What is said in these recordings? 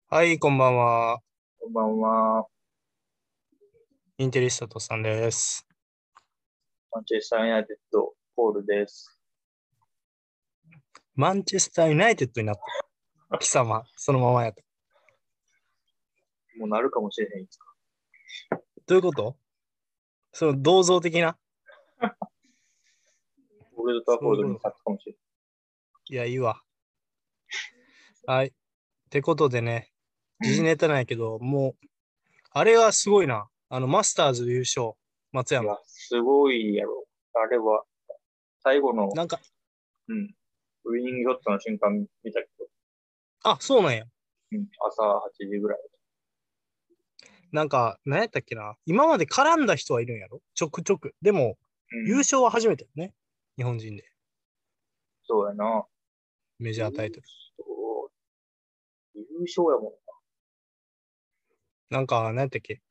はい、こんばんは。 こんばんは。 インテリスタトさんです。 マンチェスター・ユナイテッド、ポールです。 マンチェスターユナイテッドになった。貴様、そのままやった。 もうなるかもしれへんいつか。 どういうこと？その銅像的な。 オールド・トラフォードにそういうことか。 勝つかもしれいや、いいわ。はい。ってことでね、時事ん。 ネタなんやけど、もう、あれはすごいな。マスターズ優勝。松いや、 山。 すごいやろ。あれは、最後の、 なんか、 うん、ウィニングショットの瞬間見たけど、 あ、そうなんや。 うん、朝8時ぐらい。 なんか、何やったっけな。今まで絡んだ人はいるんやろちょくちょく。でも、優うん、 勝は初めてよね。日本人で。 そうやな。 メジ優ャータイトル。 勝、優勝やもんなんか、何やったっけ？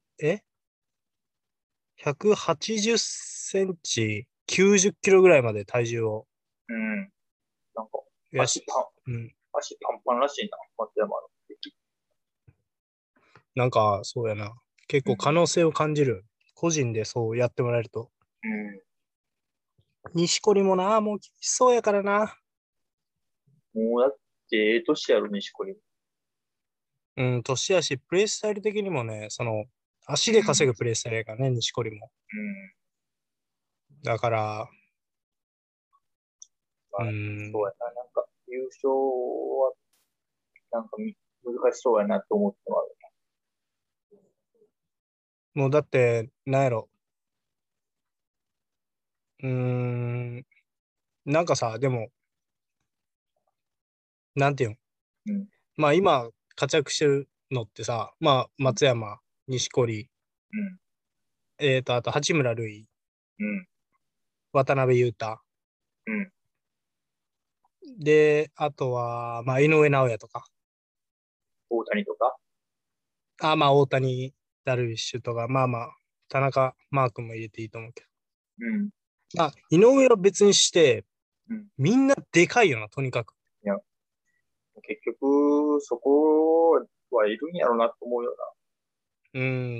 100、180センチ、90キロぐらいまで体重をな。うん。なんか、 増し、うん。 足パンパンらしいな、松山の敵。 なんか、そうやな。結構可うん、 能性を感じる。個人でそうやってもらえると。 うん。 錦織もな、もう厳しそうやからな。 もうだって、ええ年やろ、錦織。 うん、年やし、プレイスタイル的にもね、足で稼うん、 ぐプレイスタイルやからね、錦織も。 うん。 だから、うまあ、そうん、 やな。なんか、優勝は、なんか難しそうやなと思ってもある。 もうだって、なんやろ。うーん、なんかさ、でも、なんていうの。 うん、 まあ今、活躍してるのってさ、まあうん、 松山、錦織、 うん、 あと八村塁、 うん、 渡辺裕太。 うん。 で、あとは、まあ井上尚弥とか。 大谷とか。 まあ大谷、ダルビッシュとか、まあまあ、田中マー君も入れていいと思うけど。 うん、 まあ、井上は別にして、 うん。 みんなでかいよな、とにかく。 いや、結局、そこはいるんやろなと思うようん、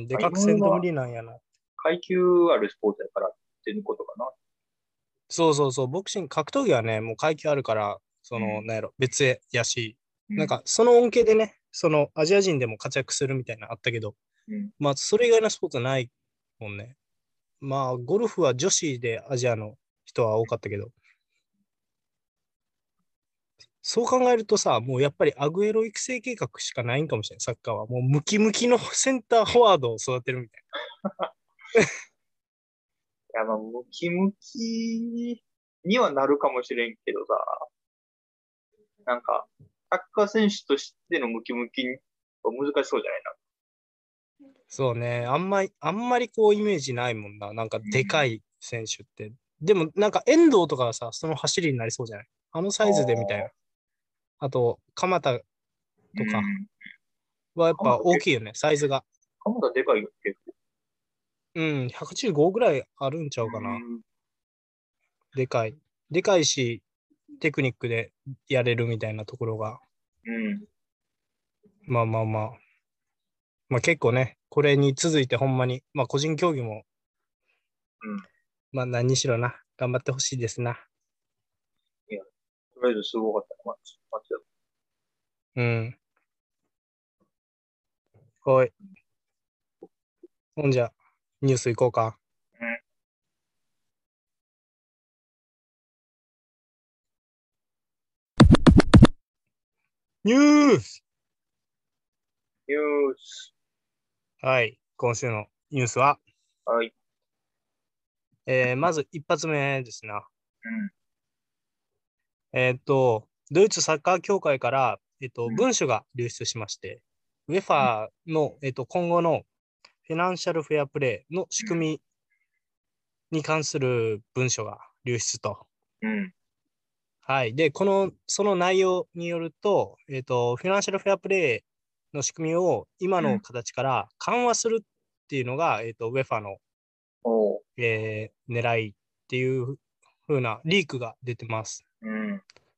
でな。まあ、井かくせんと無上は理なんやな。 階級あるスポーツやからっていうことかな。 そうそうそう、ボクシング、格闘技はね、もう階級あるから、 うん、 なんやろ、別やし、 うん、 なんか、その恩恵でね、アジア人でも活躍するみたいなのあったけど、 うん。 まあ、それ以外のスポーツはないもんね。まあ、ゴルフは女子でアジアの人は多かったけど、そう考えるとさ、もうやっぱりアグエロ育成計画しかないんかもしれない、サッカーは。もうムキムキのセンターフォワードを育てるみたいいや、まあ、ムキムキにはなるかもしれんけどさ、なんか、サッカー選手としてのムキムキは難しそうじゃないな。 な。そうね、あんまりこうイメージないもんな。なんかでかい選手って。でもなんか遠藤とかはさ、その走りになりそうじゃない？あのサあイズでみたいな。 あ、 あと、鎌田うとかん。 はやっぱ鎌田結大きいよね、サイズが。 鎌田でかいよ、結構。 うん、115ぐらいあるんちゃううかな。 ん。 でかい。でかいし、テクニックでやれるみたいなところが。 うん。 まあまあまあ。まあ結構ね、これに続いてほんまに、まあ個人競技も、 うん。 まあ何にしろな、頑張ってほしいですな。 いや、とりあえずすごかった。松うん。はい。ほんじゃ、ニュース行こうか。 田。うん。 ニュース。 ニュース。 はい。今週のニュースは、 はい。 まず一発目ですな。 うん。 ドイツサッカー協会から、 うん。 文書が流出しまして、ウェフうん。 ァーの、今後のフィナンシャルフェアプレーの仕組みに関する文書が流出と。 うん。 はい。で、その内容によると、フィナンシャルフェアプレーの仕組みを今のうん。 形から緩和するっていうのが、ウェファの、 おう。 狙いっていう風なリークが出てます。 うん。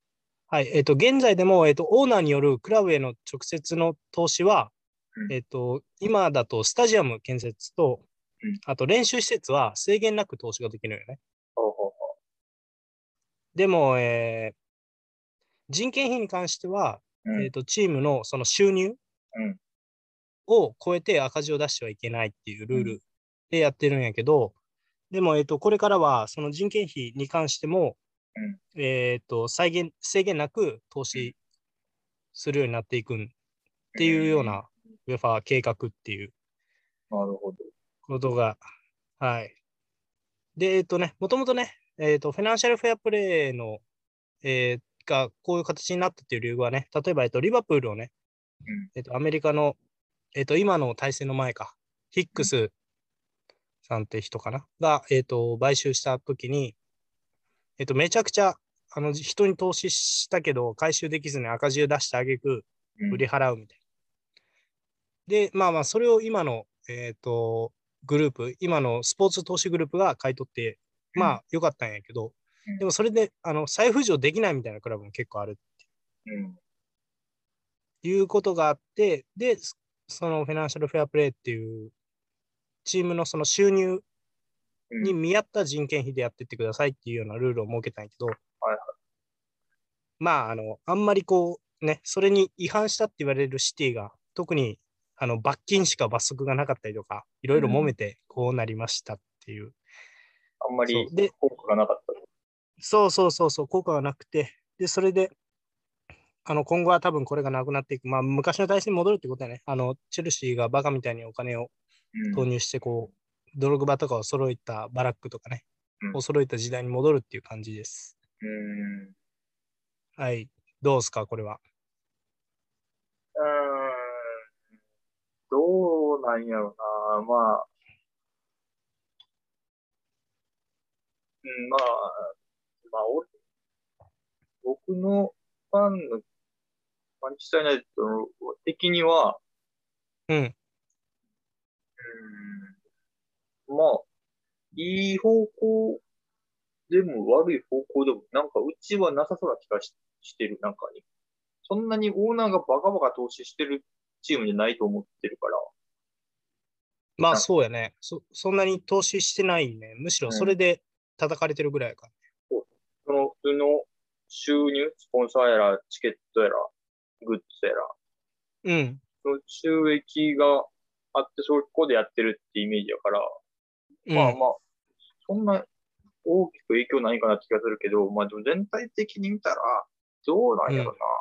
はい、現在でも、オーナーによるクラブへの直接の投資は、 うん。 今だとスタジアム建設と、 うん。 あと練習施設は制限なく投資ができるよね。 ほうほうほでも、人件費に関しては、 う。うん。 チームのその収入うん。 を超えて赤字を出してはいけないっていううん。 ルールでやってるんやけど、でも、これからはその人件費に関しても、 うん。 制限なく投うん。 資するようになっていくっうていうようん。 な、ウェファー計画っていうなるほど。 ことが、はい。で、もともとね、フィナンシャルフェアプレーの、がこういう形になったっていう理由はね、例えば、リバプールをね、 うん。 アメリカの、今の体制の前か、ヒッうん。 クスさんって人かな、が、買収したときに、めちゃくちゃ、人に投資したけど、回収できずに赤字を出してあげく、 うん。 売り払うみたいな。で、まあまあ、それを今の、グループ、今のスポーツ投資グループが買い取って、 うん。 まあ、良かったんやけど、 うん。 でもそれで、再浮上できないみたいなクラブも結構あるうん。 いうことがあって、で、そのフィナンシャルフェアプレーっていうチームのその収入うん。 に見合った人件費でやってってくださいっていうようなルールを設けたんやけど、 はいはまあ、あんまりこう、ね、それに違反したって言われるシティが、特に、罰金しか罰則がなかったりとか、いろい。 いろうん。 揉めて、こうなりましたっていう。 あんまりそう。で、 効果がなかったと。 そう、効果がなくて、で、それで、今後は多分これがなくなっていく。まあ、昔の体制に戻るってことだね。チェルシーがバカみたいにお金をうん。 投入して、こう、ドログバとかを揃えたバラックとかね、 うん。 を揃えた時代に戻るっていう感じです。 うん。 はい。どうですか、これは。 うーん。どうなんやろな。まあ、うん、まあ、僕のファンのマンチェスターユナイテッドの的には、 うん。 まあ、いい方向でも悪い方向でも、なんかうちはなさそうな気がしてる、なんかに。そんなにオーナーがバカバカ投資してるチームじゃないと思ってるから、 まあなんか、 そうやね。そんなに投資してないね。むしろうん。 それで叩かれてるぐらいか。 そうその普通の収入、スポンサーやら、チケットやら、グッズやら、 うん。 その収益があって、そこでやってるってイメージやから、 うん。 まあまあ、そんな大きく影響ないかなって気がするけど、まあでも全体的に見たら、どうなんうん。 やろな。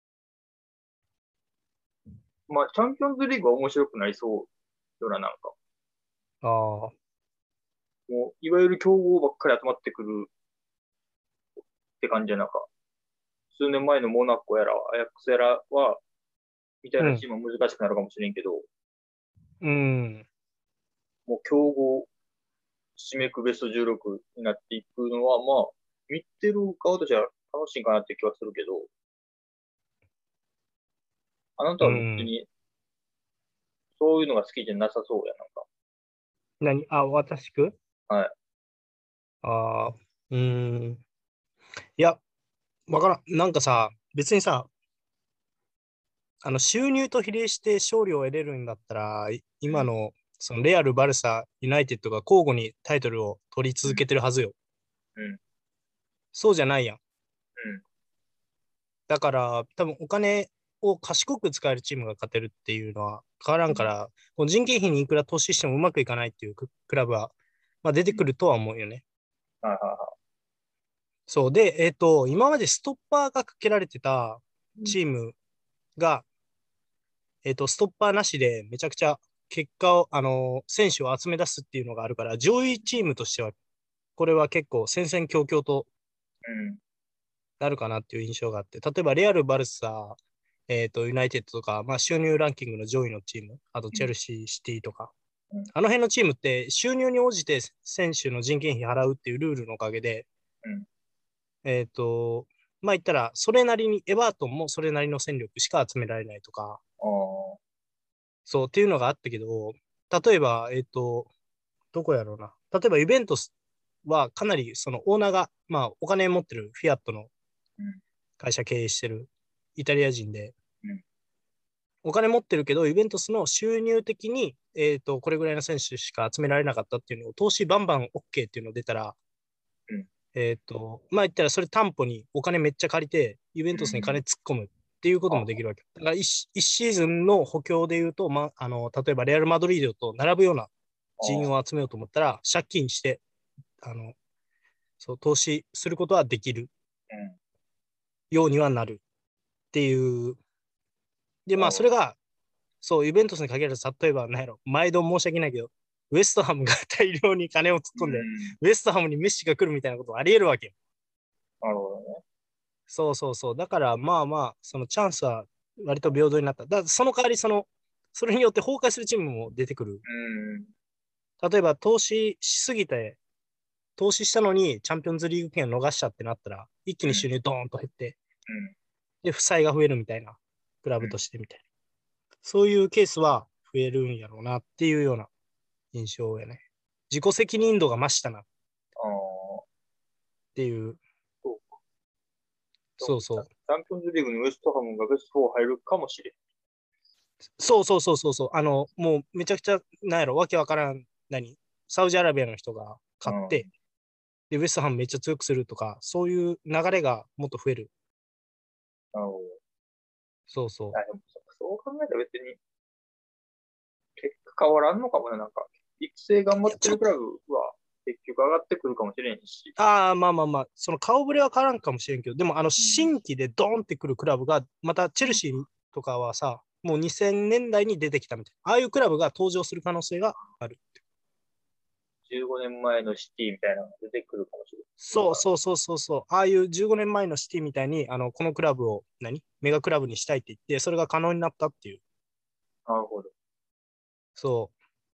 まあ、チャンピオンズリーグは面白くなりそうよな、なんか。 ああ。 もう、いわゆる強豪ばっかり集まってくるって感じで、なんか、数年前のモナコやら、アヤックスやらは、みたいうん。 なチームは難しくなるかもしれんけど、 うん。 もう強豪、締めくベスト16になっていくのは、まあ、見てる側としては楽しいかなって気はするけど、あなたは別うん。 にそういうのが好きじゃなさそうや、なんか。 私くはい。 ああー。うん。いや、わからん。なんかさ、別にさ、収入と比例して勝利を得れるんだったら、 うん。 今の、そのレアル、バルサ、ユナイテッドが交互にタイトルを取りうん。 続けてるはずよ。 うん。 そうじゃないやん。 うん。 だから、多分お金を賢く使えるチームが勝てるっていうのは変わらうん。 んから、この人件費にいくら投資してもうまくいかないっていうクラブは、まあ、出てうん。 くるとは思うよね。 はいはいはそう。で、今までストッパーがかけられてたい。うん。 チームが、ストッパーなしでめちゃくちゃ結果を、選手を集め出すっていうのがあるから、上位チームとしては、これは結構戦々恐々とうん。 なるかなっていう印象があって、例えばレアル、バルサ、ユナイテッドとか、まあ、収入ランキングの上位のチーム、あとうん。 チェルシー、シティとか、 うん。 あの辺のチームって収入に応じて選手の人件費払うっていうルールのおかげで、 うん。 えっ、と、まあ言ったら、それなりに、エバートンもそれなりの戦力しか集められないとか、 ああ。 そうっていうのがあったけど、例えば、どこやろうな。例えば、ユベントスはかなりそのオーナーが、まあ、お金持ってるフィアットのうん。 会社経営してるイタリア人で、 うん。 お金持ってるけど、ユベントスの収入的に、これぐらいの選手しか集められなかったっていうのを、投資バンバン OK っていうのが出たら、 うん。 まあ言ったらそれ担保にお金めっちゃ借りて、ユベントスに金うん。 突っ込むっていうこともできるわけ。だから1シーズンの補強で言うと、例えばレアル・マドリードと並ぶような人員を集めようと思ったら、借金して、あの、そう、投資することはできるようにはなるっていう。で、まあそれが、そう、ユベントスに限らず、例えば、なんやろ、毎度申し訳ないけど、ウエストハムが大量に金を突っ込んで、ウエストハムにメッシが来るみたいなことあり得るわけよ。 なるほどね。 そうそうそう。だからまあまあ、そのチャンスは割と平等になった。だからその代わり、それによって崩壊するチームも出てくる。 うん。 例えば投資しすぎて、投資したのにチャンピオンズリーグ権を逃したってなったら、一気に収入ドーンと減って、 うん。 で、負債が増えるみたいな、クラブとうん。 してみたいな。そういうケースは増えるんやろうなっていうような印象やね。自己責任度が増したなっああ、 ていう。 そうか。 そうそう。 チャンピオンズリーグにウエストハムがベスト4入るかもしれん。 そうそうそうそうそう。もうめちゃくちゃ、なんやろ、わけわからん、サウジアラビアの人がう買っん。 て、で、ウエストハムめっちゃ強くするとか、そういう流れがもっと増える。 なるほど。 そうそでもそう考えたら別に結果変わらんのかもね。なんか、育成頑う。いや、 張ってるクラブは結局上がってくるかもしれんし。 まあまあまあ、その顔ぶれは変わらんかもしれんけど、でもうん。 新規でドーンってくるクラブが、またチェルシーとかはさ、もう2000年代に出てきたみたいな。ああいうクラブが登場する可能性がある。 15年前のシティみたいなのが出てくるかもしれないから。 そうそうそうそうそう。ああいう15年前のシティみたいに、このクラブをメガクラブにしたいって言って、それが可能になったっていう。 なるほど。 そ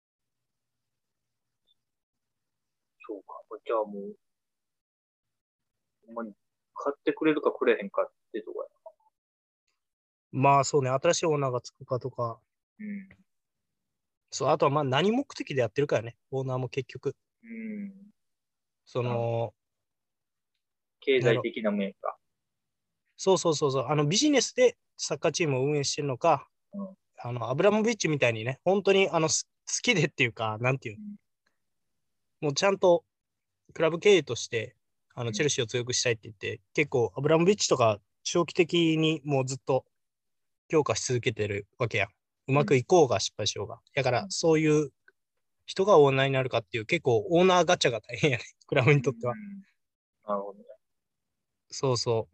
そうか。じゃあもう、ほんまに買ってくれるかくれへんかってとこう。まあそうね、新しいオーナーがつくかとか、 や。うん。 そう、あとはまあ何目的でやってるかよね、オーナーも結局。 うん。 そあの、 の、なんやろ、 経済的な面か。 そうそうそうそう、ビジネスでサッカーチームを運営してるのか、 うん。 アブラモビッチみたいにね、本当に好きでっていうか、なんていううん。 の、もうちゃんとクラブ経営として、 うん。 チェルシーを強くしたいって言って、結構アブラモビッチとか長期的にもうずっと強化し続けてるわけやん。うまくいこうが失敗しようが。だから、 うん。 そういう人がオーナーになるかっていう、結構オーナーガチャが大変やね、クラブうにとっては。 ん。なるほどね。 そうそう。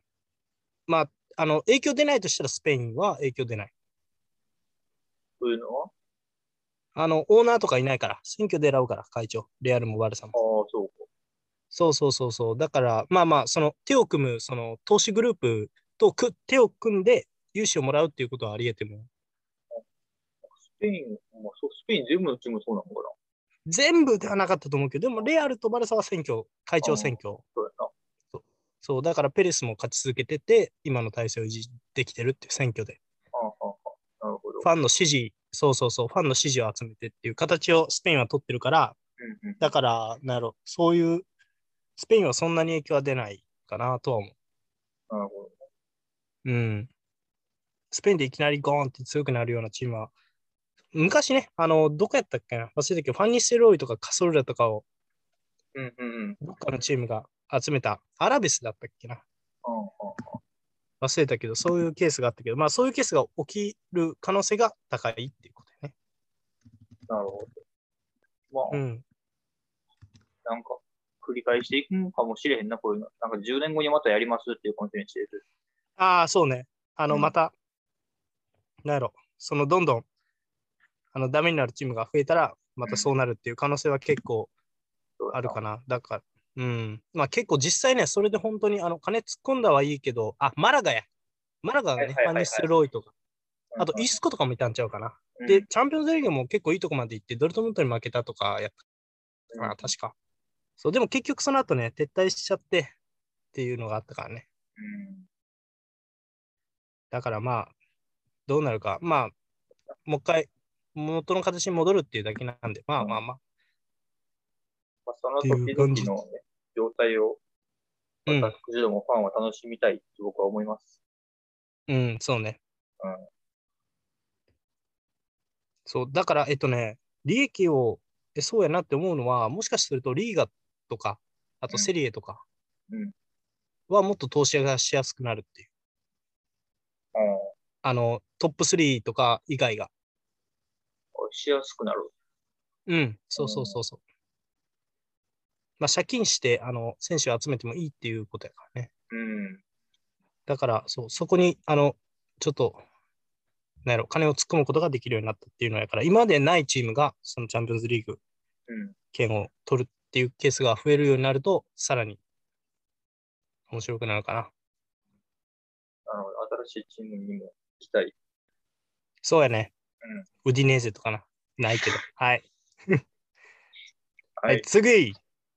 まあ、影響出ないとしたらスペインは影響出ない。 というのは。 オーナーとかいないから、選挙で選ぶから、会長。レアルもバルサも。 ああ、そうか。 そうそうそうそう。だから、まあまあ、手を組む、投資グループと手を組んで融資をもらうっていうことはあり得ても、 スペイン、まあ、そう、スペイン全部のチームそうなのか全部ではなかったと思うけど、でも、レアルとバルサは会な。うん。 長選挙。 そうやな。 そう、そうだからペレスも勝ち続けてて、今の体制を維持できてるっていう選挙で。 ああ、ああ、ああ、なるほど。 ファンの支持、そうそうそう、ファンの支持を集めてっていう形をスペインは取ってるから、 うん。うん。うん。 だから、なんやろ、そういう、スペインはそんなに影響は出ないかなとは思なるほど。 う。うん。スペインでいきなりゴーンって強くなるようなチームは、昔ね、どこやったっけな忘れたけど、ファンニステロイとかカソルラとかを、 うん。うん。うん。 どっかのチームが集めた、アラベスだったっけなああ、あ忘れたけど、そういうケースがあったけど、まあそういうケースが起きる可能性が高いっていうことね。 あ、なるほど。まあ、 うん。 なんか、繰り返していくのかもしれへんな、こういうの。なんか10年後にまたやりますっていうコンテンツしてる。 ああ、そうね。 うん。 また、なんやろ、どんどん、ダメになるチームが増えたら、またうん。 そうなるっていう可能性は結構そうやな。 あるかな。だから、うん。まあ結構実際ね、それで本当に金突っ込んだはいいけど、マラガや。マラガがね、 はいはいファンニステはいはい。 ロイとか、 うん。 あとイスコとかもいたんちゃうかな。で、 うん。 チャンピオンズリーグも結構いいとこまで行って、ドルトムントに負けたとかやったかな、 うん。 確か。そう、でも結局その後ね、撤退しちゃってっていうのがあったからね。 うん。 だからまあ、どうなるか。まあ、もう一回、元の形に戻るっていうだけなんで、まうん。 あまあまあ、っまあ、そのていう時々 感じ。 のね、状態をうん。 私どもファンは楽しみたいと僕は思います。 うん、そうね。そう、だから、利益を得そうやなって思うのは、もしかするとリーガとか、あとうん。 セリエとかうん。 はもっと投資がしやすくなるっていう。 うん。 トップ3とか以外が。 しやすくなる。 うん、 うそうそうそん。 うそう。まあ、借金して、選手を集めてもいいっていうことやからね。 うん。 だから、そう、そこに、ちょっと、なんやろ、金を突っ込むことができるようになったっていうのやから、今までないチームが、そのチャンピオンズリーグうん。 権を取るっていうケースが増えるようになると、さらに面白くなるかな。 新しいチームにも期待。 そうやね。 うん。 ウディネーゼとかな。ないけど。はい。はい、 はい。 次。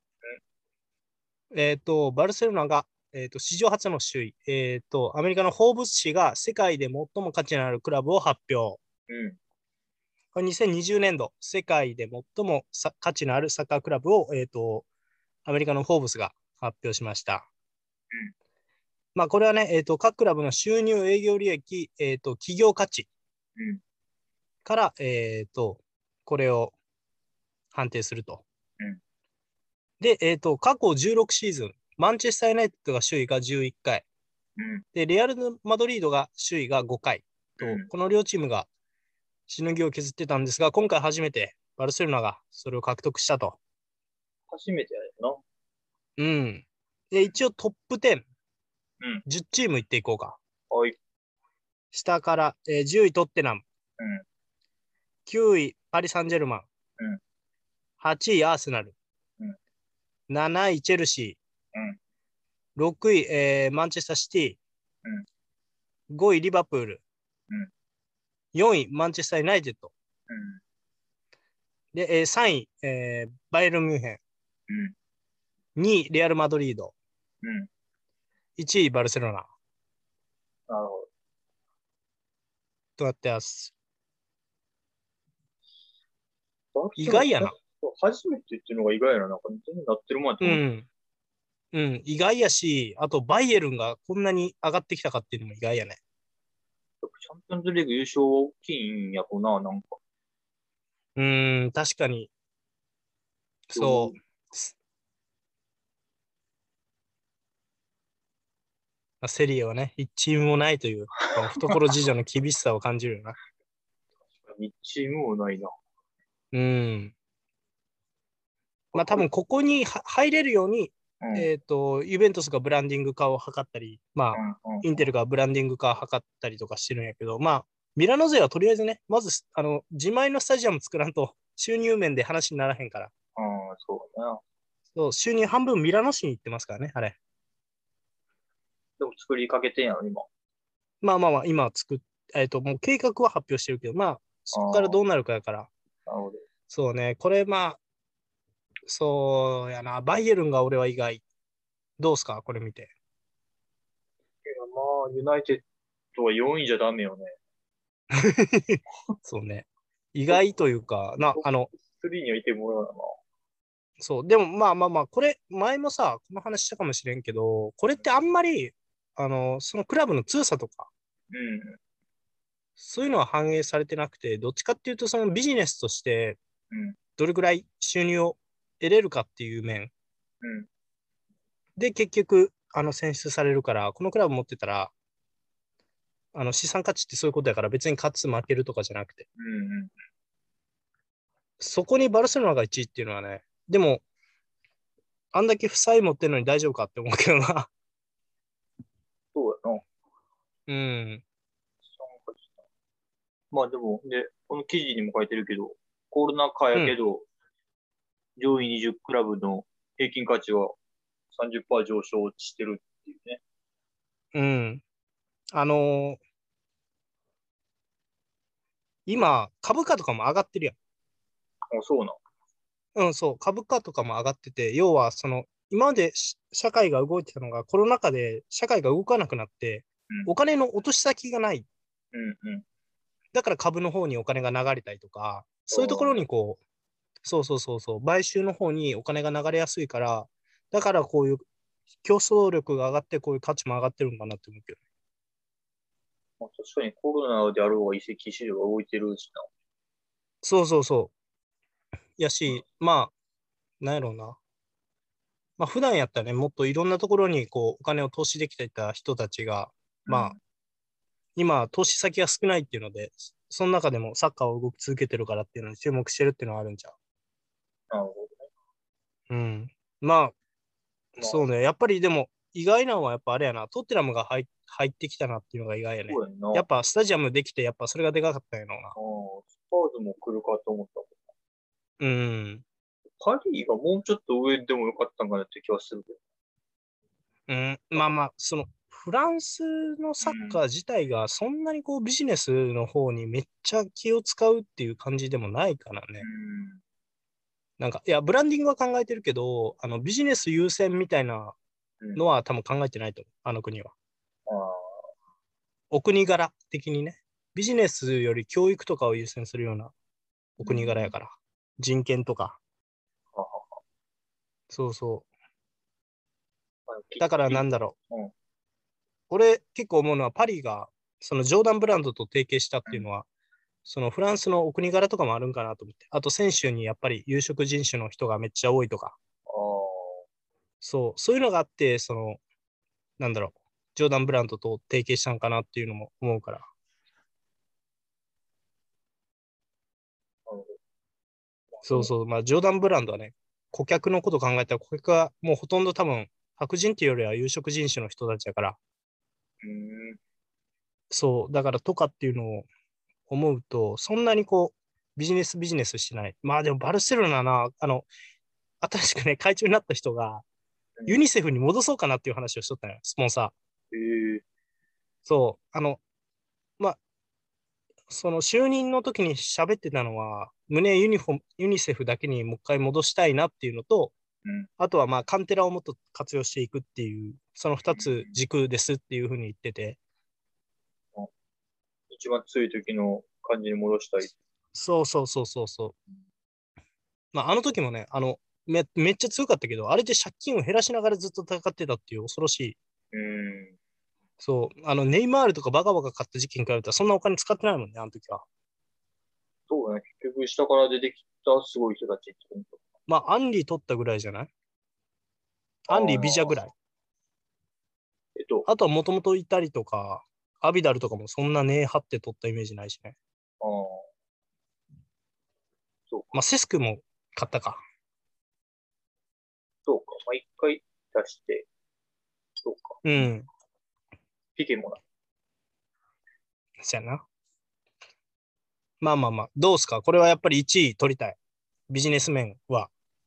バルセロナが、史上初の首位。アメリカのフォーブス誌が世界で最も価値のあるクラブを発表。 うん。 これ2020年度、世界で最も価値のあるサッカークラブを、アメリカのフォーブスが発表しました。まあ、これはね、各クラブの収入、営業利益、企業価値うん。 から、これを判定すると。 うん。 で、過去16シーズン、マンチェスター・ユナイテッドが首位が11回、 うん。 で、レアル・マドリードが首位が5回と、 うん。 この両チームがしのぎを削ってたんですが、今回初めてバルセロナがそれを獲得したと。 初めてやるな。 うん。で、一応トップ10、 うん。 10チームいっていこうか。 はい。 下から、10位トッテナム、 うん。 9位パリ・サンジェルマン、 うん。 8位アーセナル、 うん。 7位チェルシうん。 ー、6位、マンチェスター・シティ、 うん。 5位リバプール、 うん。 4位マンチェスター・ユナイテッド、 うん。 で、3位、バイエルン・ミュンヘうん。 ン、2位レアル・マドリード、 うん。 1位バルセロナなるほとなってます。 ど。バルセロナ、 意外やな。 初めてっていうのが意外やな。なんか全然なってるもんやと思って。 うん。うん。意外やし、あとバイエルンがこんなに上がってきたかっていうのも意外やね。 チャンピオンズリーグ優勝は大きいんやろな、なんか。 確かに。 どうそう。まあセリエはね、1チームもないという、この懐事情の厳しさを感じるよな。 日チームもないな。 うん。まあ多これ、 分ここに入れるように、 うん。うん。 ユベントスがブランディング化を図ったり、まあ、 うん。 インテルがブランディング化を図ったりとかしてるんやけど、まあ、ミラノ勢はとりあえずね、まず、自前のスタジアム作らんと収入面で話にならへんから。 うん。そうだな。 そう、収入半分ミラノ市に行ってますからね、あれ。 でも作りかけてんやろ、今。 まあまあまあ、今作っ、もう計画は発表してるけど、まあ、そこからああ、 どうなるかやから。 なるほど。いそうね、これまあ、そうやな、バイエルンが俺は意外。どうすか、これ見て。 や、まあ、ユナイテッドは4位じゃダメよね。 そうね。意トッ外というか、 プ3にはいてもらうな。 そう、でもまあまあまあ、これ、前もさ、この話したかもしれんけど、これってあんまり、そのクラブの強さとか、 うん。 そういうのは反映されてなくて、どっちかっていうと、そのビジネスとして、 うん。 どれぐらい収入を得れるかっていう面うん。 で、結局、選出されるから、このクラブ持ってたら、資産価値ってそういうことやから、別に勝つ負けるとかじゃなくて、 うん。うん。 そこにバルセロナが1位っていうのはね、でも、あんだけ負債持ってるのに大丈夫かって思うけどな。 そうやな。 うん。 まあでも、で、この記事にも書いてるけど、コロナ禍うん。 やけど、上位20クラブの平均価値は30%上昇してるっていうね。 うん。あのー今、株価とかも上がってるやん。 あ、そうな。 うん、そう、株価とかも上がってて、要は、今まで社会が動いてたのが、コロナ禍で社会が動かなくなって、 うん。 お金の落とし先がない。 うん。うん。 だから株の方にお金が流れたりとか、 あそういうところにあ、 こう、そうそうそうそう、買収の方にお金が流れやすいから、だからこういう競争力が上がってこういう価値も上がってるのかなって思うけど。 まあ、確かにコロナであろうが移籍市場が動いてるしな。 そうそうそう。やし、まあ、なんやろうな。まあ普段やったらね、もっといろんなところにこうお金を投資できていた人たちが、まあ、今、投資先が少ないっていうので、その中でもサッカーを動き続けてるからっていうのに注目してるっていうのはあるんじゃん。 なるほうん。まあ、 ど。まあ、 そうね。やっぱりでも、意外なのはやっぱあれやな。トッテナムが入ってきたなっていうのが意外やね。 そうやんな。 やっぱスタジアムできて、やっぱそれがでかかったんやろうな。 スパーズも来るかと思ったもん。 うん。 パリがもうちょっと上でもよかったんかなって気はするけど。 うん。まあまあ、フランスのサッカー自体がそんなにこうビジネスの方にめっちゃ気を使うっていう感じでもないからね。なんか、いや、ブランディングは考えてるけど、ビジネス優先みたいなのは多分考えてないと思う。あの国は。 ああ、 お国柄的にね。ビジネスより教育とかを優先するようなお国柄やから。人権とか。 ははそうそう。 きっだからちり。 なんだろう。 うん。 俺結構思うのはパリがそのジョーダンブランドと提携したっうん。 ていうのは、そのフランスのお国柄とかもあるんかなと思って。あと選手にやっぱり有色人種の人がめっちゃ多いとか。 ああ、 そういうのがあって、なんだろう。ジョーダンブランドと提携したんかなっていうのも思うから。 なるほど。まあ、でも、 そうそう。まあ、ジョーダンブランドはね、顧客のこと考えたら、顧客はもうほとんど多分、白人っていうよりは有色人種の人たちだから、 うーん。 そう、だからとかっていうのを思うと、そんなにこう、ビジネスしてない。まあでも、バルセロナな、新しくね、会長になった人が、 うん。 ユニセフに戻そうかなっていう話をしとったのよ、スポンサー。 ええ、 そう、まあ、その就任の時に喋ってたのは、ユニセフだけにもう一回戻したいなっていうのと、 うん。 あとはまあカンテラをもっと活用していくっていう、その二つ軸ですっていうふうに言ってて、 あ、一番強い時の感じに戻したい。 そう。まああの時もね、めっちゃ強かったけど、あれで借金を減らしながらずっと戦ってたっていう恐ろしい。 うーん。 そう、ネイマールとかバカバカ買った時期に比べたらそんなお金使ってないもんね、あの時は。 そうね。結局、下から出てきたすごい人たちってこと。 まあ、アンリ取ったぐらいじゃない？ あアンリ、ビジャぐあ、 らい。 えっと、 あとはもともといたりとか、アビダルとかもそんな値張って取ったイメージないしね。 ああ、そうか、 まあ、セスクも買ったか。 そうか。まあ、一回出して、そうか。 うん。 ピケもな。 そやな。まあ。どうすか？これはやっぱり1位取りたい。ビジネス面は。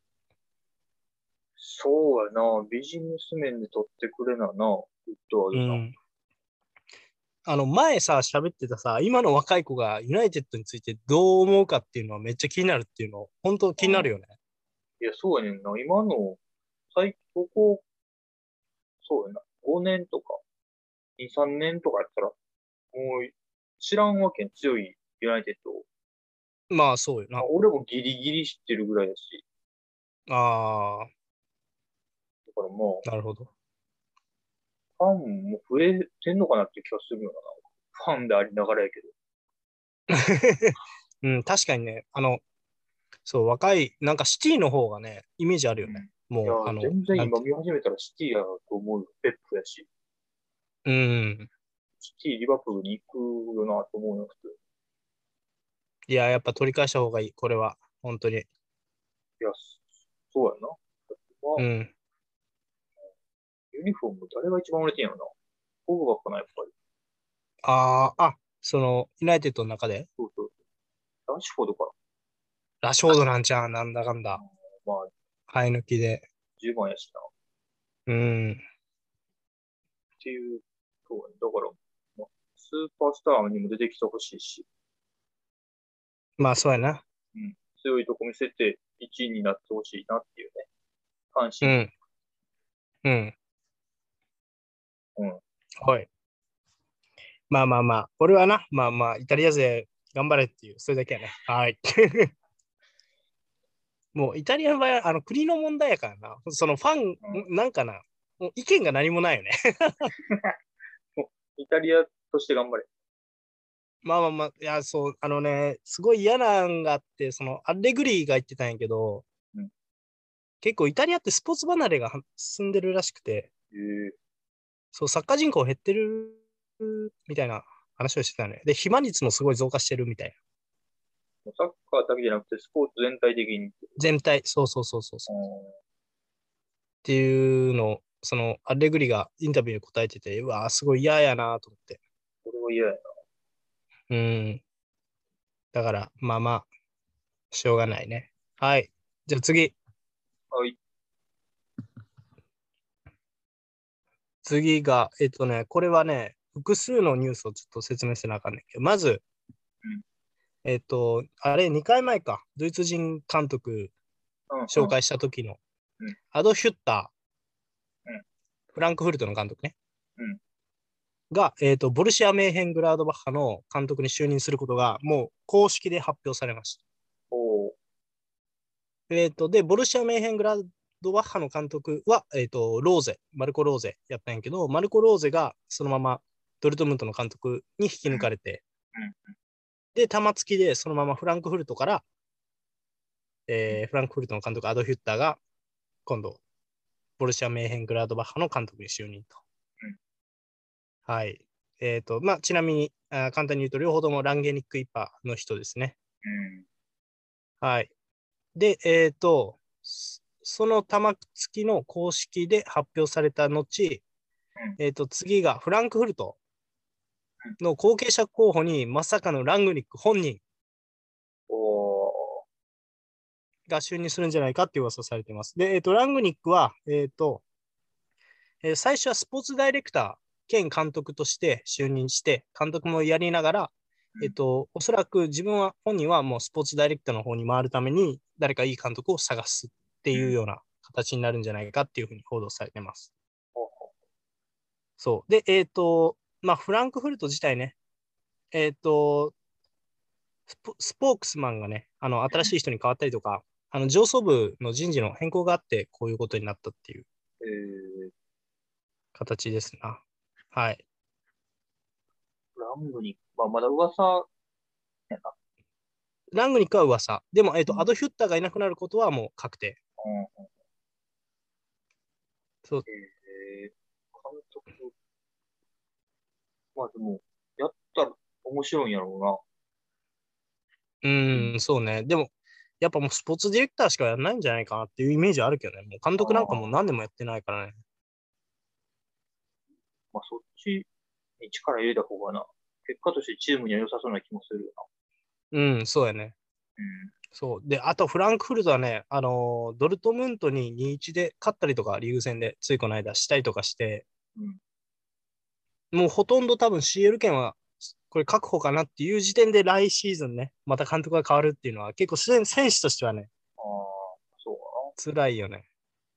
そうやな。ビジネス面で取ってくれなな。フットワードさん。 うん。前さ、喋ってたさ、今の若い子がユナイテッドについてどう思うかっていうのはめっちゃ気になるっていうの、本当気になるよね。 いや、そうやねんな。今の、ここ、そうやな。5年とか、2、3年とかやったら、もう、知らんわけん、強いユナイテッドを。 まあ、そうよな。 まあ、俺もギリギリ知ってるぐらいだし。 あだからまあ、なるほど。 あ、ファンも増えてんのかなって気がするよな。ファンでありながらやけど。 うん、確かにね、そう、若い、なんかシティの方がね、イメージあるよね。 うん。いや、 もう、 全然なんて、 今見始めたらシティやと思うよ。ペップやし。 うん。 シティ、リバプールに行くよなと思うよ、普通。 いや、やっぱ取り返した方がいい、これは。本当に。 いや、そうやな。まあ、 うん。 ユニフォーム誰が一番売れてんやろな。ポグバかな、やっぱり。 ユナイテッドの中で、 そうそう。ラッシュフォードかラショードなんちゃう、なんだかんな。 だ。 まあ、 生え抜きで。 10番やしな。っうん。 ていう、そうやね。だから、まあ、スーパースターにも出てきてほしいし、 まあ、そうやな。 うん。強いとこ見せて1位になってほしいなっていうね。関心。 うん。うん。 うん。 はい。まあ。俺はな、まあ、イタリア勢頑張れっていう、それだけやね。はい。もう、イタリアの場合は、国の問題やからな。そのファン、 うん。 なんかな、 もう意見が何もないよね。 イタリアとして頑張れ。 まあまあまあ、いや、そう、すごい嫌なんがあって、アレグリが言ってたんやけど、 うん。 結構イタリアってスポーツ離れが進んでるらしくて、 ええ、 そう、サッカー人口減ってるみたいな話をしてたよね。で、肥満率もすごい増加してるみたいな。 サッカーだけじゃなくて、スポーツ全体的に。 全体、そうそうそうそうそう。 うっていうのを、アレグリがインタビューに答えてて、うわーすごい嫌やなと思って。 これは嫌やな。 うん。だから、まあまあ、しょうがないね。はい。じゃあ次。 はい。 次が、これはね、複数のニュースをちょっと説明せなあかんねんけど、まず、 うん。 あれ、2回前か、ドイツ人監督うん。うん。 紹介した時の、 うん。 アドヒュッタうん。 ー、フランクフルトの監督ね、 うん。 が、ボルシア・メーヘングラードバッハの監督に就任することが、もう公式で発表されました。 おー。 で、ボルシア・メーヘングラードバッハの監督は、ローゼ、マルコ・ローゼやったんやけど、マルコ・ローゼがそのままドルトムントの監督に引き抜かれて、 うん。 で、玉突きでそのままフランクフルトから、 うん。 フランクフルトの監督アドヒュッターが今度、ボルシア・メーヘングラードバッハの監督に就任と。 うん。 はい。まあ、ちなみに、簡単に言うと、両方ともランゲニック・イッパーの人ですね。 うん。 はい。で、その玉突きの公式で発表された後、 うん。 次がフランクフルトうん。 の後継者候補にまさかのラングニック本人おー。 が就任するんじゃないかっていう噂されています。で、ラングニックは、最初はスポーツダイレクター兼監督として就任して、監督もやりながら、 うん。 おそらく本人はもうスポーツダイレクターの方に回るために、誰かいい監督を探すってうん。 いうような形になるんじゃないかっていうふうに報道されてます。 ほうほそう。で、まあ、フランクフルト自体ね、えっと、スポークスマンがね、新しい人に変わったりとか、上層部の人事の変更があって、こういうことになったっていうう。 形ですな。はい。 ラングに、まあ、まだ噂やな。 ラングニックは噂。でも、 うん。 アドヒュッターがいなくなることはもう確定。 うん。 そう。 監督。まあでも、やったら面白いんやろううな。うん。 ん、そうね。でも、やっぱもうスポーツディレクターしかやらないんじゃないかなっていうイメージあるけどね。もう監あ督なんかもうあ、 何年もやってないからね。 まあそっちに力入れた方がな、結果としてチームには良さそうな気もするようん、そうやね。 な。 そう。で、あとフランクフルトはね、ドルトムントに2-1で勝ったりとか、リーグ戦でついこの間したりとかして、 うん。うん。 もうほとんど多分 CL 権はこれ確保かなっていう時点で来シーズンね、また監督が変わるっていうのは結構選手としてはね、 ああ、そうか辛いよね。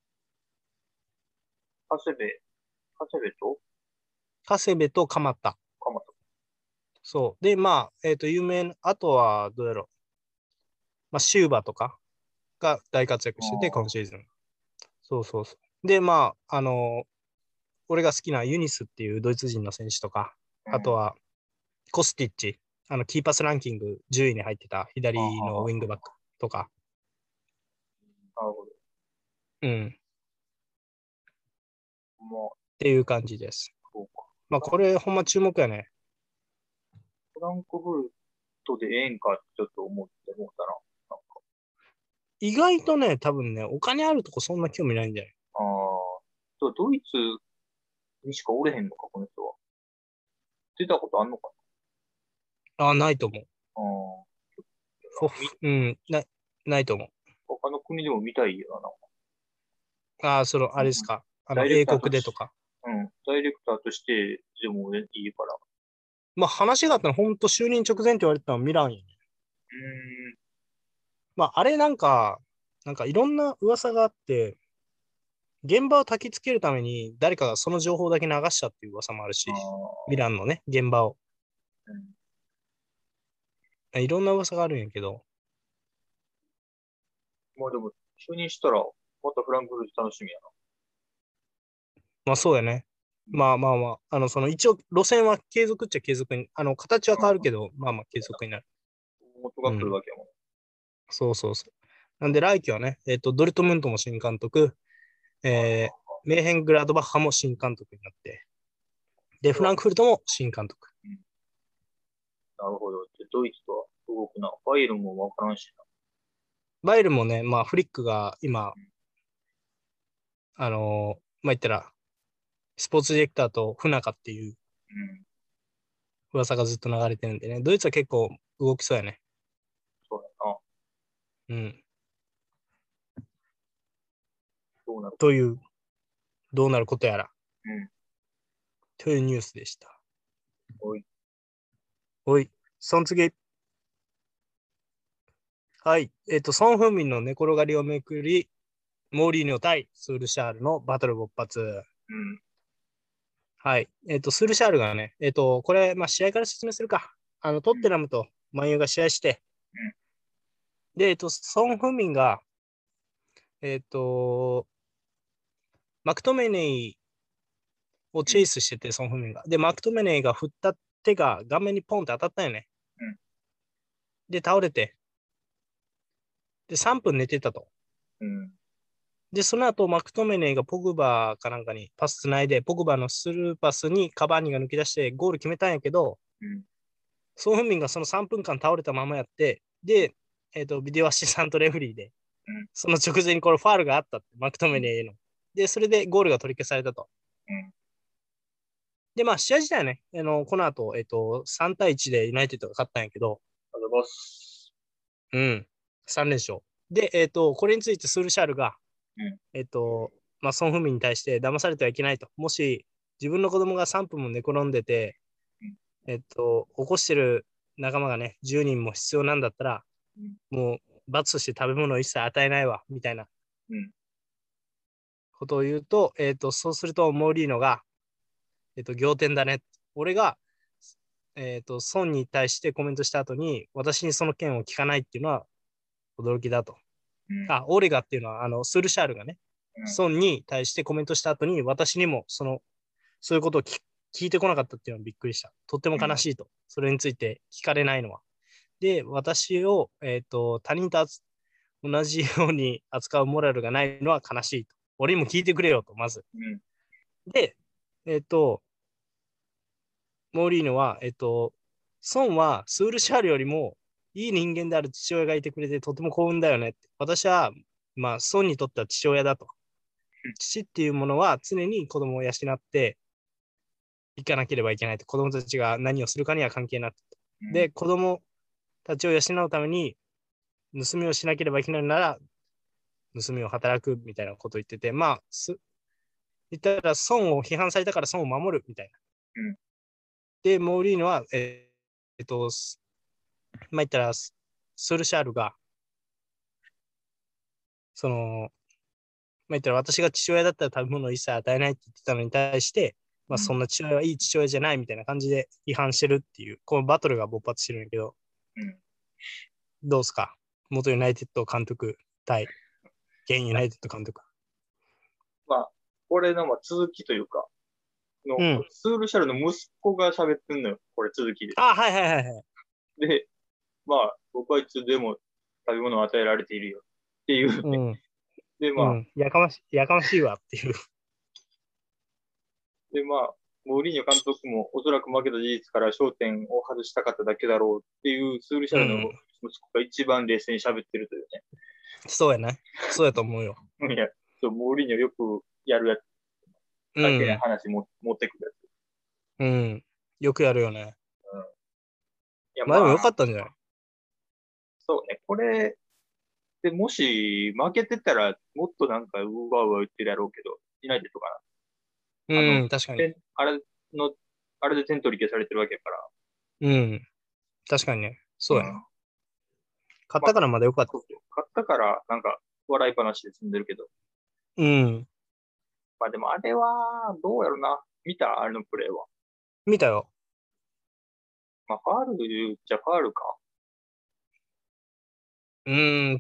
な。長谷部と長谷部と鎌田。 鎌田。 そう。で、まあ、有名な、あとはどうやろう。まあ、シューバーとかが大活躍あしてて、今あ、 シーズン。そうそうそう。で、まあ、俺が好きなユニスっていうドイツ人の選手とか、 うん。 あとはコスティッチ、キーパスランキング10位に入ってたああ、 左のウィングバッあクとか、 あ、なるほど。 うん、っまあ、 ていう感じです。 そうか。 まあ、これほんま注目やね。 フランクフルトでええんかってちょっと思ったな。なんか、 意外とね、多分ね、お金あるとこそんな興味ないんじゃない？ ああ、ドイツにしかおれへんのか、この人は。出たことあんのかあ、ないと思う。 な。ああ、 うん、ないと思う。 他の国でも見たいよな。 あ、あうん。 れですか。英ダイレクターとし、 国でとか。 うん、ダイレクターとしてでもいいから。 まあ、話があったの、本当就任直前って言われてたのはミランよね。 うーん。 まあ、あれなんかいろんな噂があって、現場を焚きつけるために誰かがその情報だけ流したっていう噂もあるあし、ミあ、 ランのね、現場を。 うん。 いろんな噂があるんやけど、 まあでも、就任したら、またフランクフルト楽しみやまあそうやね。まあまあまあ、その一応路線は継続っちゃ継続に、形は変わるけど、まあまあ継続になる。 元が来るうん。 わけやもん。 そうそうそう。なんで来季はね、ドルトムントも新監督、えメーヘングラードバッハも新監督になって、で、フランクフルトも新監督。 うん、なるほど。でドイツとは動くな。バイエルンもわからんしバイエルンもね、まあフリックが今、まあ言ったら、スポーツディレクターとフナカっていうな。うん。 噂がずっと流れてるんでね、ドイツは結構動きそうやね。 そうやな。 うん。 どうなるか。 という、どうなることやら、 うん。 というニュースでした。 おい。 おい、その次。はい。ソン・フンミンの寝転がりをめくり、モーリーニョ対スールシャールのバトル勃発。 うん。 はい。スールシャールがね、これ、まあ、試合から説明するか。トッテうん。 ナムとマンユーが試合して、 うん。 で、ソン・フンミンが、えっと、マクトメネイをチェイうん。 スしてて、ソン・フンミンが。で、マクトメネイが振った手が顔面にポンって当たったよね。 うん。 で、倒れて、で、3分寝てたと。 うん。 で、その後、マクトメネイがポグバかなんかにパスつないで、ポグバのスルーパスにカバーニが抜き出してゴール決めたんやけど、 うん。 ソン・フンミンがその3分間倒れたままやって、で、ビデオアシスタントレフリーで、 うん。 その直前にこれファールがあったって、マクトメネイへの。で、それでゴールが取り消されたと。 うん。 で、まあ、試合自体はね、この後、3対1でユナイテッドが勝ったんやけど、 あざます。 うん、3連勝。で、これについてスールシャールが、 うん。 えっと、まあ、ソン・フンミンに対して騙されてはいけないと。もし、自分の子供が3分も寝転んでて、 うん。 起こしてる仲間がね、10人も必要なんだったら、 うん。 もう、罰として食べ物を一切与えないわ、みたいなうん。 ことを言うと、そうすると、モーリーノが、仰天だね。俺が、ソンに対してコメントした後に、私にその件を聞かないっていうのは驚きだと。 うん。 あ、オレガっていうのは、スールシャールがね、 うん。 ソンに対してコメントした後に、私にもそういうことを聞いてこなかったっていうのはびっくりした。とってもうん。 悲しいと。それについて聞かれないのは。で、私を、他人と同じように扱うモラルがないのは悲しいと。俺にも聞いてくれよと、まず。 うん。 で、えっ、と、モーリーノは、ソンはスールシャールよりもいい人間である父親がいてくれてとても幸運だよねって。私は、まあ、ソンにとっては父親だと。父っていうものは常に子供を養っていかなければいけないと。子供たちが何をするかには関係なくて。 うん。 で、子供たちを養うために盗みをしなければいけないなら、盗みを働くみたいなことを言ってて、まあ、言ったら損を批判されたから損を守るみたいな。 うん。 で、モーリーノは、まあ言ったら、スールシャールが、その、まあ言ったら私が父親だったら食べ物を一切与えないって言ってたのに対して、まあそんな父親はいい父親じゃないみたいな感じで批判してるっていう、このバトルが勃発してるんやけど、 うん。 どうすか元ユナイテッド監督対現ユナイテッド監督。 まあ、これのまあ続きというか、 うん。 スールシャルの息子が喋ってんのよ。これ続きで。 あ、はいはいはいはい。 で、まあ、僕はいつでも食べ物を与えられているよ。っていうね。 うん。 で、まあ、 うん。やかましいわっていう。 まあ、モーリーニョ監督もおそらく負けた事実から焦点を外したかっただけだろうっていうスールシャルのうん。 息子が一番冷静に喋ってるというそうやな。そうやと思うよ。 ね。いや、モーリーニョよくやるやつ、関係ないうん。 話も持ってくるやつ。 うん。よくやるよね。 うん。いや、 まあでもよかまあ、 ったんじゃない？ そうね。これ、で、もし負けてたら、もっとなんか、うわうわ言ってるやろうけど、いないでとかな。 うん、確かに。 あれの、あれで点取り消されてるわけやかうん。確かにね。そら。 うやな。 うん。まあ、 勝ったからまだよかった。 そうそう。勝ったから、なんか、笑い話で済んでるけど。 うん。 まあでもあれは、どうやろな。見たあれのプレーは。 見たよ。 まあ、ファールじゃファールか。 うん。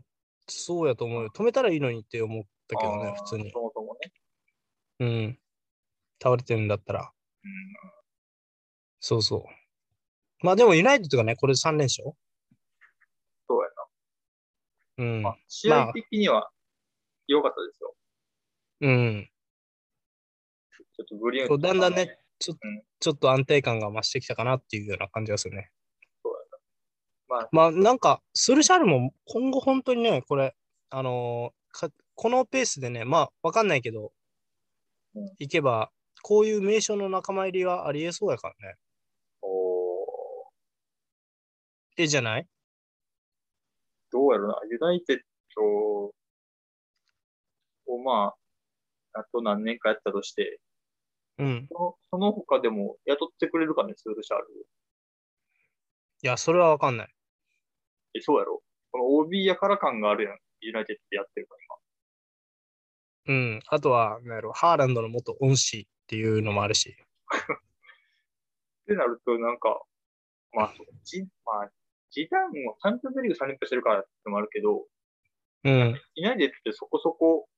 そうやと思うよ。止めたらいいのにって思ったあけどね、普通あ、 に。 そもそもね。 うん。 倒れてるんだったら。 うん。 そうそう。まあでもユナイテッドがね、これ3連勝。 そうやな。まあ、 うん。 試合まあ、 的には良かったですよ。 うん。 ちょっとブリューこうだんだんね、 うん、 ちょっと安定感が増してきたかなっていうような感じがするね。 そうやな。まあ、 まあなんか、スルシャールも今後本当にね、これ、このペースでね、まあわかんないけど、 うん、 いけば、こういう名称の仲間入りはありえそうやからね。 おじゃない？ どうやろな。ユナイテッドをまあ、あと何年かやったとして、 うん。 その他でも雇ってくれるかね、スールシャール。 いや、それはわかんない。 そうやろ。この OB やから感があるやん。ユナイテッドでやってるからうん。あとは、なんやろ、ハーランドの元恩師っていうのもあるし。 ってなると、なんか、まあ、まあ、ジダンはチャンピオンズリーグ3連覇してるからってのもあるけど、なんかうん。 ユナイテッドってそこそこ、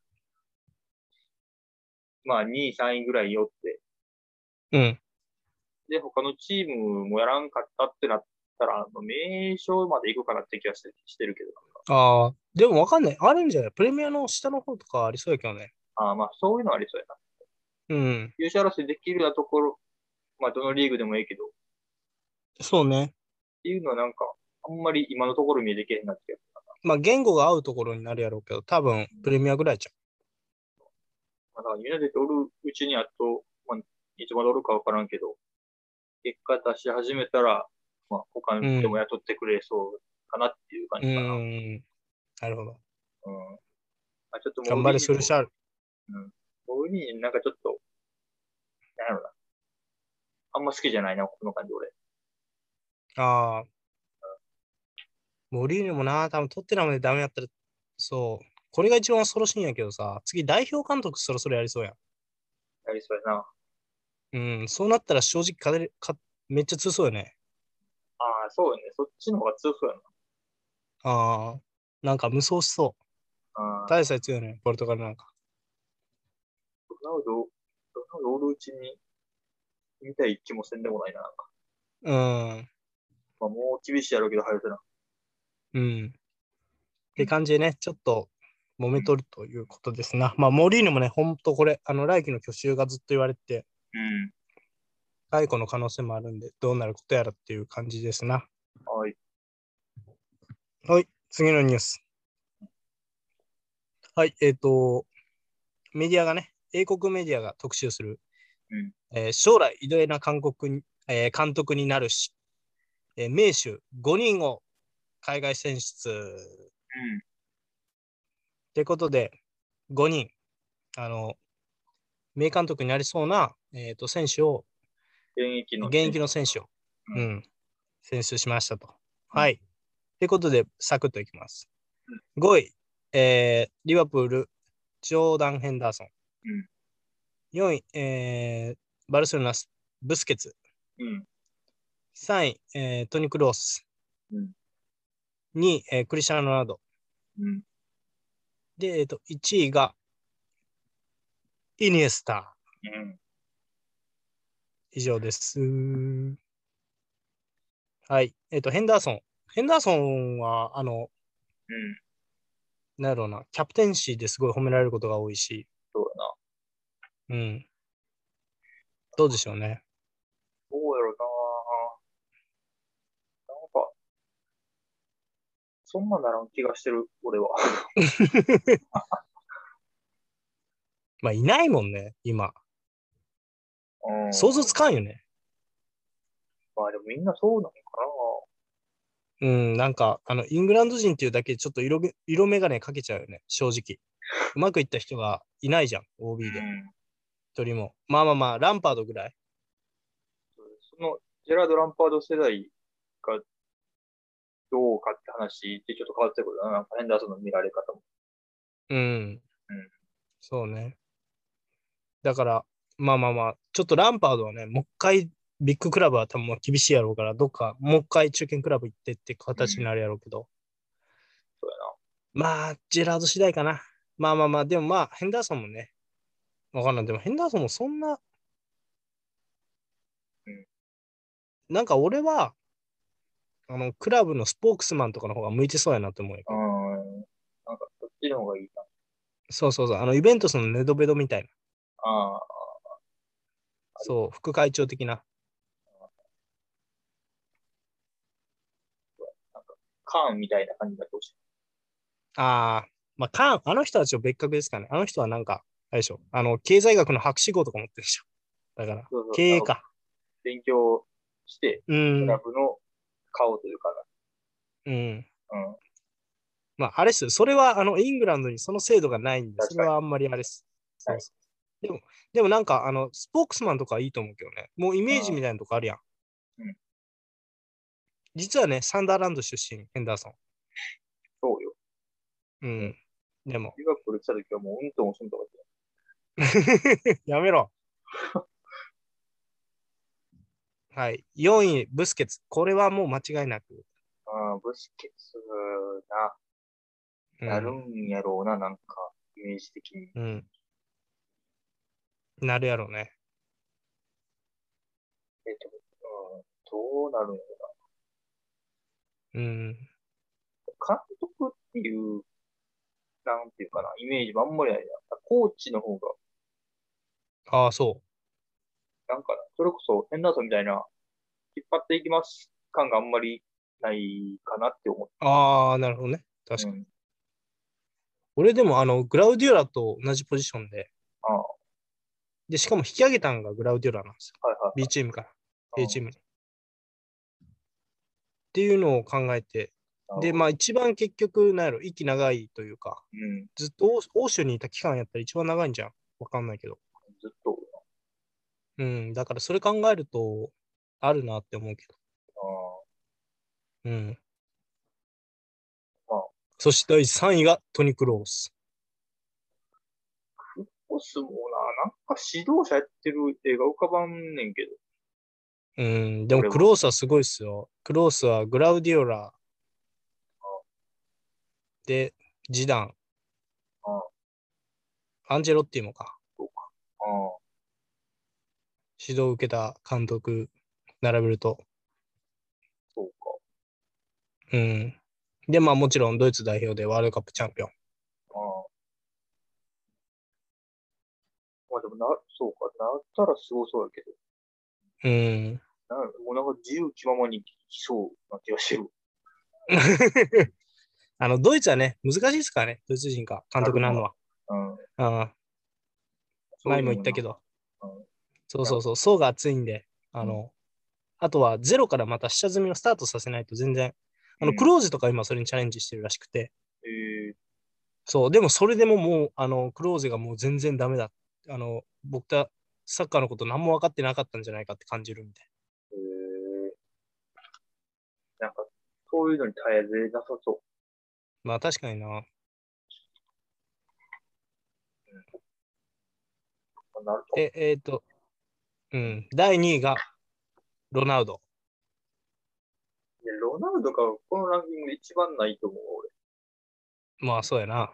まあ、2位、3位ぐらいよって、 うん。 で、他のチームもやらんかったってなったら、名称まで行くかなって気がしてるけど、なんか。 ああ、でもわかんない。あるんじゃない？プレミアの下の方とかありそうやけどね。 ああ、まあ、そういうのはありそうやな。 うん。 優勝争いできるようなところ、まあ、どのリーグでもいいけど、っそうね。 ていうのはなんか、あんまり今のところ見えてけへんなって気がするな。 まあ、言語が合うところになるやろうけど、多分、プレミアぐらいじまあ、だからユナイテッドおるうちにあと、まあ、いつまでおるかわからんけど、結果出し始めたら、まあ、他ゃん。うん。 でも雇ってくれそうかなっていう感うじかん。なるほど。 な。うん。まあ、ちょっと頑張れ、スルシャール。 うん。モービーニなんかちょっと、なんやろな。あんま好きじゃないな、この感じ俺。 ああ、モリーニョもな、多分トッテナムでダメやったら、そう。これが一番恐ろしいんやけどさ、次代表監督そろそろやりそうややりそうやな。 ん。うん、そうなったら正直めっちゃ強そうよね。 ああ、そうよね。そっちの方が強そうやな。 ああ、なんか無双しそう。 ああ、 大差強いね、ポルトガルなんか。 ロナウドおるうちに見たい気もせんでもないな。なんかうん、 まあ、もう厳しいやろうけど、早くな。 うん。ってうん。 感じでね、ちょっと揉めとるということですな。まあ、モリーニョもね、ほんとこれ、来季の去就がずっと言われて、 うん。 解雇の可能性もあるんで、どうなることやらっていう感じですな。 はい。 はい、次のニュース。はい、メディアがね、英国メディアが特集する、 うん。 将来偉大な監督になるし、名手5人を海外選出。 うん。 ってことで、5人、あの、名監督になりそうな、選手を、 現役の現選手。 役の選手を、 うん。 うん、選出しましたと。 うん。 はい。ってことで、サクッといきます。5位、リバプール、ジョーダン・ヘンダーソン。 うん。 4位、バルセロナ、ブスケツ。 うん。 3位、トニ・クロース。 うん。 2位、クリスチャーノ・ロナウド。 うん。 で、1位がイニエスタ。 うん。 以上です。はい。ヘンダーソン。ヘンダーソンは、 うん。 なんだろうな、キャプテンシーですごい褒められることが多いし、 そうだな。 うん。どうでしょうね。 どうやろうな。なんか、そんなならん気がしてる、俺は。 まあ、いないもんね、今。 うん。 想像つかんよね。 まあでもみんなそうなのかうん、なんか、イングランド人っていうだけでちょっと色眼鏡かけちゃうよね、正直。うまくいった人がいないじゃん、OB で。 な。 一人も。まあまあまあ、ランパードぐらい。 その、ジェラード・ランパード世代がどうかって話でちょっと変わってくるな。なんかヘンダーソンの見られ方も。 うん、 うん。 そうね。だから、まあまあまあ、ちょっとランパードはね、もう一回、ビッグクラブは多分厳しいやろうから、どっかもう一回中堅クラブ行ってってうん。 形になるやろうけど、 そうやな。 まあ、ジェラード次第かな。まあまあまあ、でもまあ、ヘンダーソンもね、わかんない。でもヘンダーソンもそんな、 なんか俺は、クラブのスポークスマンとかの方が向いてそうやなって思うよ。 なんか、そっちの方がいいな。 そうそうそう。イベントスのネドベドみたいな。 ああ、 そう、副会長的な。 なんか、カーンみたいな感じだとしああ、まあ、あの人たちは別格ですかね。あの人はなんか、あれでしょ。経済学の博士号とか持ってるでしょ。だから、 そうそう、なんか、 経営か。 勉強して、 うクラん、 ブの顔というかうん。 な。うん。 まあ、あれっす。それは、イングランドにその制度がないんで、そ確かに。 れはあんまりあれっす。 はい。 そうそう。でもなんか、スポークスマンとかいいと思うけどね。もうイメージみたいなとこあるやん。 うん。 実はね、サンダーランド出身、ヘンダーソン。 そうよ。 ううん。 ん。でも、 リバプール来た時はもう、うんともすんとか言ってやめろ。はい。4位、ブスケツ。これはもう間違いなく。 た。ああ、ブスケツな、なるうん。 んやろうな、なんか、イメージ的に。 うん。なるやろうね。 どうなるんやろうん。 な。監督っていう、なんていうかな、イメージもあんまりないな。コーチの方が、 ああ、そなんかな、それこそヘンダーソンみたいな、引っ張っていきます感があんまりないかなって思っう。ああ、なるほどね。 て。 確かに。 うん。 俺でも、グラウディオラと同じポジションで、 ああ、はで、しかも引き上げたのがグラウディオラなんですよ。 いはいは B い。 チームからう A ん。 チームに。っていうのを考えて、で、まあなるほど。 一番結局、なんやろ、息長いというか、 うん。 ずっと欧州にいた期間やったら一番長いんじゃん。わかんないけど。 ずっと、 うん、だからそれ考えると、あるなって思うけど。 あうん。 あ、まあ、 そして第3位がトニ・クロース。 コスもな、なんか指導者やってる映画浮かばんねんけど、 うん、でも俺は。 クロースはすごいっすよ。クロースはグラウディオラで、ジダン、 ああ、 アンジェロッティもか。 そうか。ああ、 指導を受けた監督、並べると。 そうか。 うん。で、まあもちろんドイツ代表でワールドカップチャンピオン。 ああ、まあでもな、そうか。なったらすごそうやけど、 うん。 もうなんか自由気ままに来そうな気がしてる。 ドイツはね、難しいですからね。ドイツ人か、監なるのは。 督になるのは。 うん。 ああ、前そういうのもなんか、 も言ったけど。 うん。なんか、 そうそうそう、層が厚いんで、 うん。 あとはゼロからまた下積みをスタートさせないと全然、クうん。 ローズとか今それにチャレンジしてるらしくて、 ええそう、でもそれでももう、クローズがもう全然ダメだ。僕たサッカーのこと何も分かってなかったんじゃないかって感じるみたいなんか、そういうのに耐えれなさそな。まあ確かにな。 う。なると。 うん、第2位がロナウド。 いや、ロナウドがこのランキングで一番ないと思う、俺。 まあそうやな。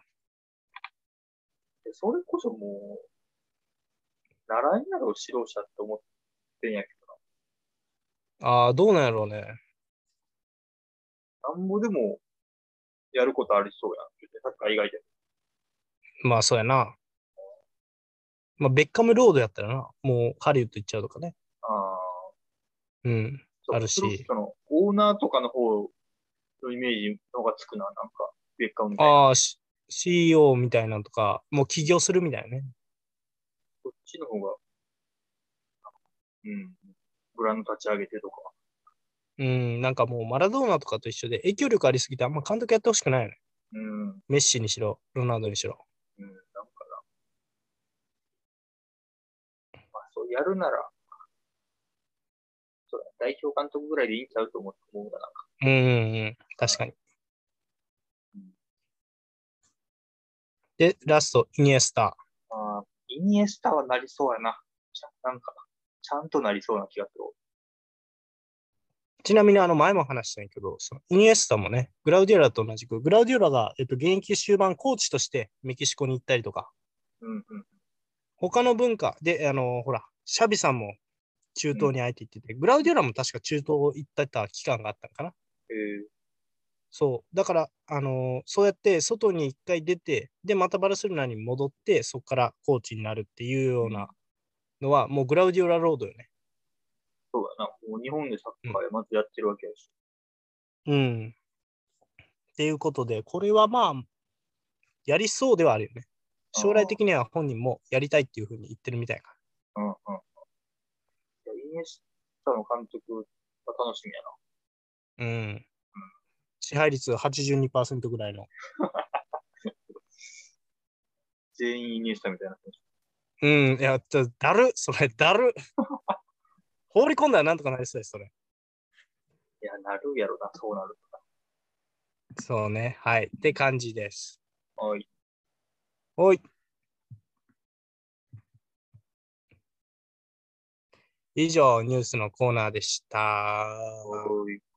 それこそもう、習いなろ指導者って思ってんやけああ、どうなんやろうね。 どな。なんぼでもやることありそうやん。サッカー以外でまあそうやな。まあベッカムロードやったらな。もうハリウッド行っちゃうとかね。 も。ああ、 うん。あそうか、 るし。 その、オーナーとかの方のイメージの方がつくな、なんか、ベッカムみたいな。 ああ、CEO みたいなのとか、もう起業するみたいなね。 こっちの方が、うん、ブランド立ち上げてとか。 うん、なんかもうマラドーナとかと一緒で影響力ありすぎてあんま監督やってほしくないよね。 うん、うん、 メッシにしろ、ロナウドにしろ。 なんかな。まあ、そうやるなら、そうだ、代表監督ぐらいでいいんちゃうと思うな、なんか。 うん、うん、確かに。 うん、 で、ラスト、イニエスタ。 イニエスタはなりそうやな。なんか、ちゃんとなりそうな気がする。 ちなみに前も話したんやけど、そのイニエスタもね、グラウディオラと同じく、グラウディオラが、現役終盤コーチとしてメキシコに行ったりとか、 うん、うん、 他の文化で、ほら、シャビさんも中東に相手行ってて、グラウディオラも確か中東行ってた期間があったのかな。そう。だから、そうやって外に一回出て、で、またバルセロナに戻って、そこからコーチになるっていうようなのは、もうグラウディオラロードよね。 そうだな。もう日本でサッカーでまずやってるわけやし。 うん。っていうことで、これはまあ、やりそうではあるよね。将来的には本人もやりたいっていうふうに言ってるみたいな。 うんうん。イニエスタの監督が楽しみやな。 うん。支配率82%ぐらいの。 全員イニエスタみたいな。 うん。いや、だる。それ、だる。放り込んだらなんとかなりそうです、それ。 いや、なるやろな、そうなるとか。 そうね。はい。って感じです。 はい。 おい。以上、ニュースのコーナーでした。 はい。